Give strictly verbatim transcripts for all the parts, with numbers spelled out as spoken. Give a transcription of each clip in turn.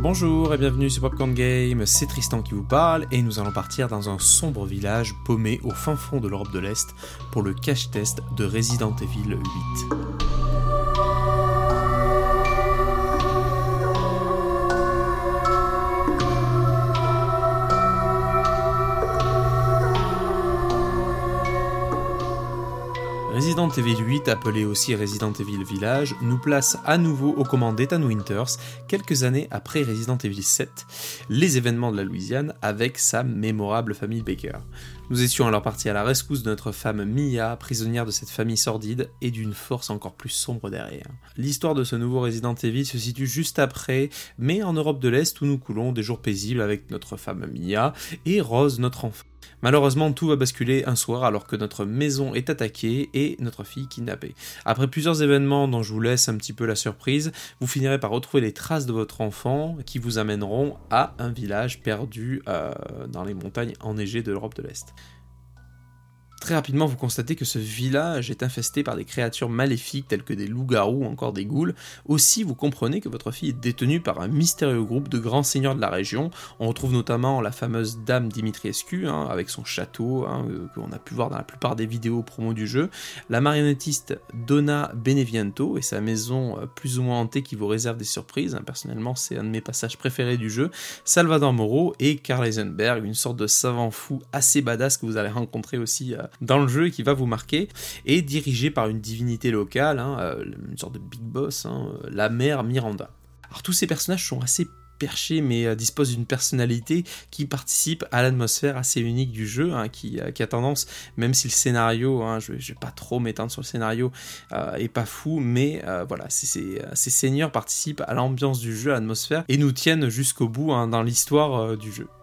Bonjour et bienvenue sur Popcorn Game, c'est Tristan qui vous parle et nous allons partir dans un sombre village paumé au fin fond de l'Europe de l'Est pour le cache-test de Resident Evil huit. Resident Evil huit, appelé aussi Resident Evil Village, nous place à nouveau aux commandes d'Ethan Winters, quelques années après Resident Evil sept, les événements de la Louisiane avec sa mémorable famille Baker. Nous étions alors partis à la rescousse de notre femme Mia, prisonnière de cette famille sordide et d'une force encore plus sombre derrière. L'histoire de ce nouveau Resident Evil se situe juste après, mais en Europe de l'Est où nous coulons des jours paisibles avec notre femme Mia et Rose, notre enfant. Malheureusement, tout va basculer un soir alors que notre maison est attaquée et notre fille kidnappée. Après plusieurs événements dont je vous laisse un petit peu la surprise, vous finirez par retrouver les traces de votre enfant qui vous amèneront à un village perdu euh, dans les montagnes enneigées de l'Europe de l'Est. Très rapidement, vous constatez que ce village est infesté par des créatures maléfiques telles que des loups-garous ou encore des ghouls. Aussi, vous comprenez que votre fille est détenue par un mystérieux groupe de grands seigneurs de la région. On retrouve notamment la fameuse Dame Dimitriescu, hein, avec son château, hein, euh, qu'on a pu voir dans la plupart des vidéos promo du jeu, la marionnettiste Donna Beneviento et sa maison euh, plus ou moins hantée qui vous réserve des surprises. Hein, personnellement, c'est un de mes passages préférés du jeu. Salvador Moro et Karl Heisenberg, une sorte de savant fou assez badass que vous allez rencontrer aussi euh, dans le jeu et qui va vous marquer, et dirigé par une divinité locale, hein, euh, une sorte de big boss, hein, la mère Miranda. Alors tous ces personnages sont assez perchés mais euh, disposent d'une personnalité qui participe à l'atmosphère assez unique du jeu, hein, qui, euh, qui a tendance, même si le scénario, hein, je ne vais pas trop m'étendre sur le scénario, euh, est pas fou, mais euh, voilà, ces, ces, ces seigneurs participent à l'ambiance du jeu, à l'atmosphère, et nous tiennent jusqu'au bout, hein, dans l'histoire euh, du jeu.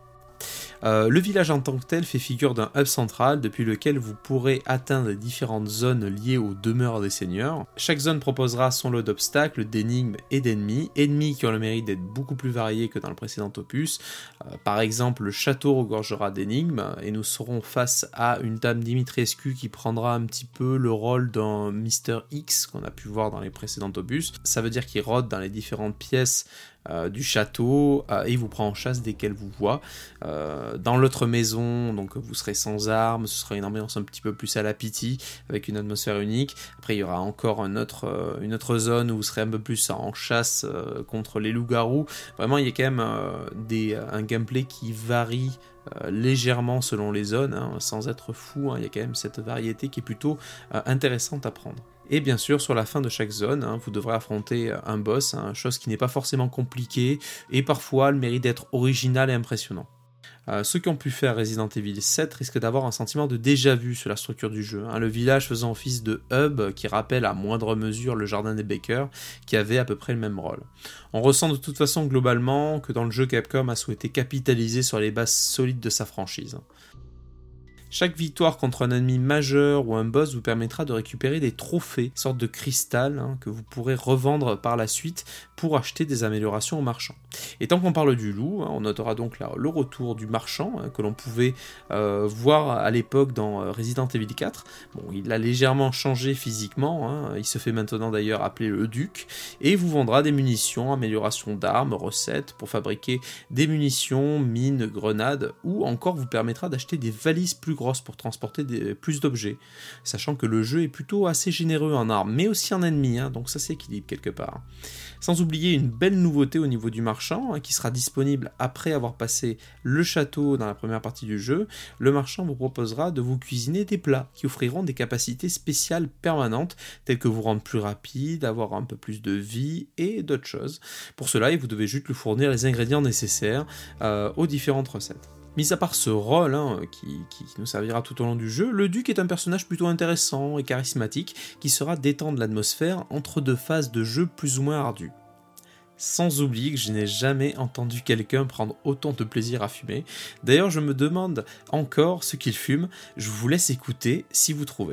Euh, le village en tant que tel fait figure d'un hub central depuis lequel vous pourrez atteindre les différentes zones liées aux demeures des seigneurs. Chaque zone proposera son lot d'obstacles, d'énigmes et d'ennemis, ennemis qui ont le mérite d'être beaucoup plus variés que dans le précédent opus. Euh, par exemple, le château regorgera d'énigmes et nous serons face à une dame Dimitriescu qui prendra un petit peu le rôle d'un Mister X qu'on a pu voir dans les précédents opus. Ça veut dire qu'il rôde dans les différentes pièces Euh, du château euh, et vous prend en chasse dès qu'elle vous voit. Euh, dans l'autre maison, donc vous serez sans armes, ce sera une ambiance un petit peu plus à la Pity, avec une atmosphère unique. Après il y aura encore un autre, euh, une autre zone où vous serez un peu plus en chasse euh, contre les loups-garous. Vraiment il y a quand même euh, des, un gameplay qui varie Euh, légèrement selon les zones, hein, sans être fou, hein, il y a quand même cette variété qui est plutôt euh, intéressante à prendre. Et bien sûr, sur la fin de chaque zone, hein, vous devrez affronter un boss, hein, chose qui n'est pas forcément compliquée, et parfois le mérite d'être original et impressionnant. Euh, ceux qui ont pu faire Resident Evil sept risquent d'avoir un sentiment de déjà-vu sur la structure du jeu, hein, le village faisant office de hub qui rappelle à moindre mesure le jardin des Baker, qui avait à peu près le même rôle. On ressent de toute façon globalement que dans le jeu Capcom a souhaité capitaliser sur les bases solides de sa franchise. Chaque victoire contre un ennemi majeur ou un boss vous permettra de récupérer des trophées, sorte de cristal, hein, que vous pourrez revendre par la suite pour acheter des améliorations aux marchands. Et tant qu'on parle du loup, hein, on notera donc là, le retour du marchand, hein, que l'on pouvait euh, voir à l'époque dans euh, Resident Evil quatre. Bon, il a légèrement changé physiquement, hein, il se fait maintenant d'ailleurs appeler le Duc, et vous vendra des munitions, améliorations d'armes, recettes pour fabriquer des munitions, mines, grenades, ou encore vous permettra d'acheter des valises plus grosse pour transporter des, plus d'objets, sachant que le jeu est plutôt assez généreux en armes, mais aussi en ennemis, hein, donc ça s'équilibre quelque part. Sans oublier une belle nouveauté au niveau du marchand, hein, qui sera disponible après avoir passé le château dans la première partie du jeu. Le marchand vous proposera de vous cuisiner des plats qui offriront des capacités spéciales permanentes, telles que vous rendre plus rapide, avoir un peu plus de vie et d'autres choses. Pour cela, vous devez juste lui fournir les ingrédients nécessaires euh, aux différentes recettes. Mis à part ce rôle, hein, qui, qui nous servira tout au long du jeu, le Duc est un personnage plutôt intéressant et charismatique qui sera détendre l'atmosphère entre deux phases de jeu plus ou moins ardues. Sans oublier que je n'ai jamais entendu quelqu'un prendre autant de plaisir à fumer. D'ailleurs, je me demande encore ce qu'il fume. Je vous laisse écouter si vous trouvez.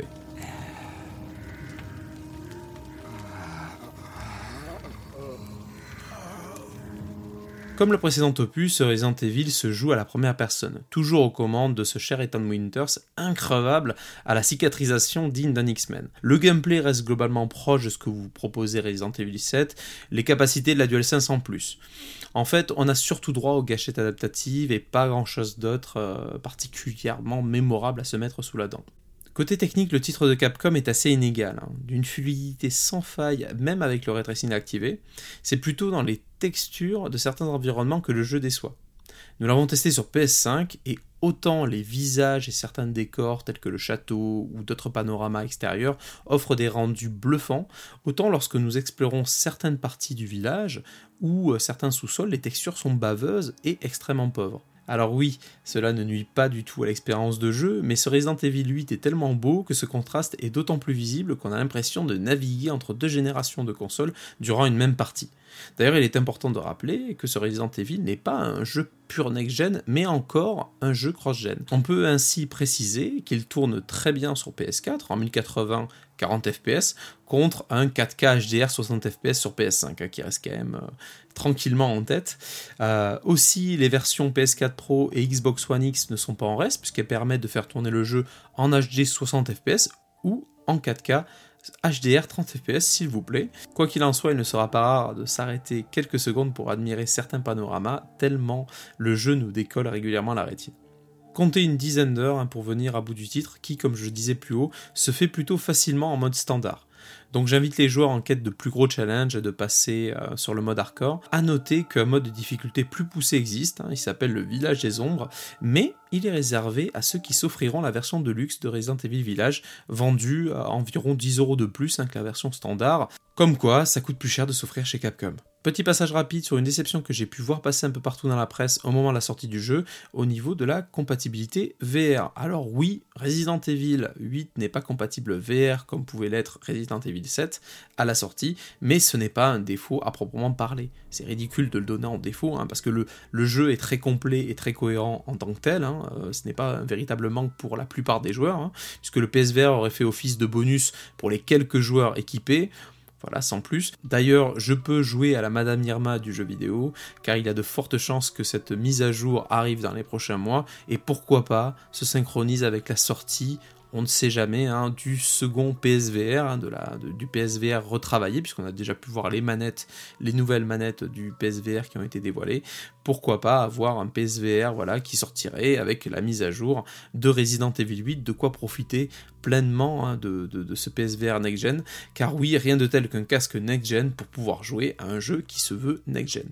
Comme le précédent opus, Resident Evil se joue à la première personne, toujours aux commandes de ce cher Ethan Winters, increvable à la cicatrisation digne d'un X-Men. Le gameplay reste globalement proche de ce que vous proposez Resident Evil sept, les capacités de la DualSense en plus. En fait, on a surtout droit aux gâchettes adaptatives et pas grand chose d'autre euh, particulièrement mémorable à se mettre sous la dent. Côté technique, le titre de Capcom est assez inégal, hein, d'une fluidité sans faille, même avec le ray tracing activé. C'est plutôt dans les textures de certains environnements que le jeu déçoit. Nous l'avons testé sur P S cinq et autant les visages et certains décors tels que le château ou d'autres panoramas extérieurs offrent des rendus bluffants, autant lorsque nous explorons certaines parties du village ou certains sous-sols, les textures sont baveuses et extrêmement pauvres. Alors oui, cela ne nuit pas du tout à l'expérience de jeu, mais ce Resident Evil huit est tellement beau que ce contraste est d'autant plus visible qu'on a l'impression de naviguer entre deux générations de consoles durant une même partie. D'ailleurs, il est important de rappeler que ce Resident Evil n'est pas un jeu pur next-gen, mais encore un jeu cross-gen. On peut ainsi préciser qu'il tourne très bien sur P S quatre en mille quatre-vingts quarante F P S contre un quatre K H D R soixante F P S sur P S cinq, hein, qui reste quand même euh, tranquillement en tête. Euh, aussi, les versions P S quatre Pro et Xbox One X ne sont pas en reste, puisqu'elles permettent de faire tourner le jeu en H D soixante F P S ou en quatre K H D R trente F P S s'il vous plaît. Quoi qu'il en soit, il ne sera pas rare de s'arrêter quelques secondes pour admirer certains panoramas, tellement le jeu nous décolle régulièrement la rétine. Comptez une dizaine d'heures hein, pour venir à bout du titre, qui, comme je disais plus haut, se fait plutôt facilement en mode standard. Donc j'invite les joueurs en quête de plus gros challenges de passer euh, sur le mode hardcore. À noter qu'un mode de difficulté plus poussé existe, hein, il s'appelle le Village des Ombres, mais il est réservé à ceux qui s'offriront la version de luxe de Resident Evil Village, vendue à environ dix euros de plus hein, que la version standard. Comme quoi, ça coûte plus cher de s'offrir chez Capcom. Petit passage rapide sur une déception que j'ai pu voir passer un peu partout dans la presse au moment de la sortie du jeu, au niveau de la compatibilité V R. Alors oui, Resident Evil huit n'est pas compatible V R comme pouvait l'être Resident Evil sept à la sortie, mais ce n'est pas un défaut à proprement parler. C'est ridicule de le donner en défaut, hein, parce que le, le jeu est très complet et très cohérent en tant que tel, hein, euh, ce n'est pas un véritable manque pour la plupart des joueurs, hein, puisque le P S V R aurait fait office de bonus pour les quelques joueurs équipés. Voilà, sans plus. D'ailleurs, je peux jouer à la Madame Irma du jeu vidéo, car il y a de fortes chances que cette mise à jour arrive dans les prochains mois, et pourquoi pas se synchronise avec la sortie, on ne sait jamais, hein, du second P S V R, hein, de la, de, du P S V R retravaillé, puisqu'on a déjà pu voir les manettes, les nouvelles manettes du P S V R qui ont été dévoilées. Pourquoi pas avoir un P S V R voilà, qui sortirait avec la mise à jour de Resident Evil huit, de quoi profiter pleinement hein, de, de, de ce P S V R next-gen, car oui, rien de tel qu'un casque next-gen pour pouvoir jouer à un jeu qui se veut next-gen.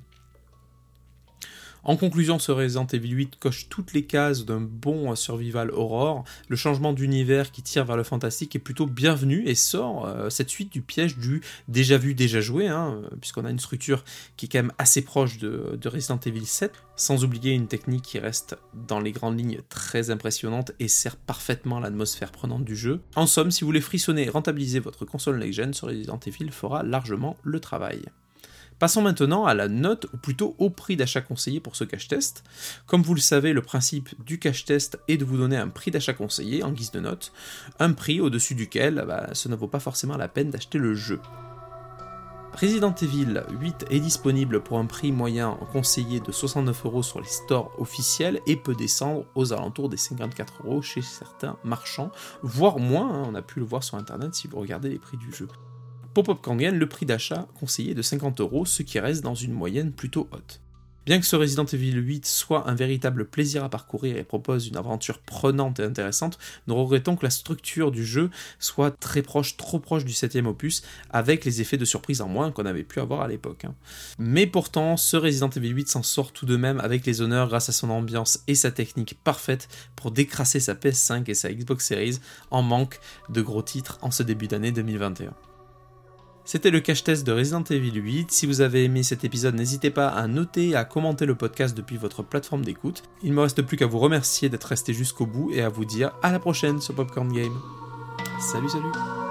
En conclusion, ce Resident Evil huit coche toutes les cases d'un bon survival horror. Le changement d'univers qui tire vers le fantastique est plutôt bienvenu et sort euh, cette suite du piège du déjà vu, déjà joué, hein, puisqu'on a une structure qui est quand même assez proche de, de Resident Evil sept, sans oublier une technique qui reste dans les grandes lignes très impressionnante et sert parfaitement à l'atmosphère prenante du jeu. En somme, si vous voulez frissonner et rentabiliser votre console next-gen, ce Resident Evil fera largement le travail. Passons maintenant à la note, ou plutôt au prix d'achat conseillé pour ce cache-test. Comme vous le savez, le principe du cache-test est de vous donner un prix d'achat conseillé en guise de note, un prix au-dessus duquel bah, ce ne vaut pas forcément la peine d'acheter le jeu. Resident Evil huit est disponible pour un prix moyen conseillé de soixante-neuf euros sur les stores officiels et peut descendre aux alentours des cinquante-quatre euros chez certains marchands, voire moins, hein, on a pu le voir sur internet si vous regardez les prix du jeu. Pour Popcorn Game, le prix d'achat conseillé est de cinquante euros, ce qui reste dans une moyenne plutôt haute. Bien que ce Resident Evil huit soit un véritable plaisir à parcourir et propose une aventure prenante et intéressante, nous regrettons que la structure du jeu soit très proche, trop proche du septième opus, avec les effets de surprise en moins qu'on avait pu avoir à l'époque. Mais pourtant, ce Resident Evil huit s'en sort tout de même avec les honneurs grâce à son ambiance et sa technique parfaite pour décrasser sa P S cinq et sa Xbox Series en manque de gros titres en ce début d'année deux mille vingt et un. C'était le cache-test de Resident Evil huit. Si vous avez aimé cet épisode, n'hésitez pas à noter et à commenter le podcast depuis votre plateforme d'écoute. Il ne me reste plus qu'à vous remercier d'être resté jusqu'au bout et à vous dire à la prochaine sur Popcorn Game. Salut, salut!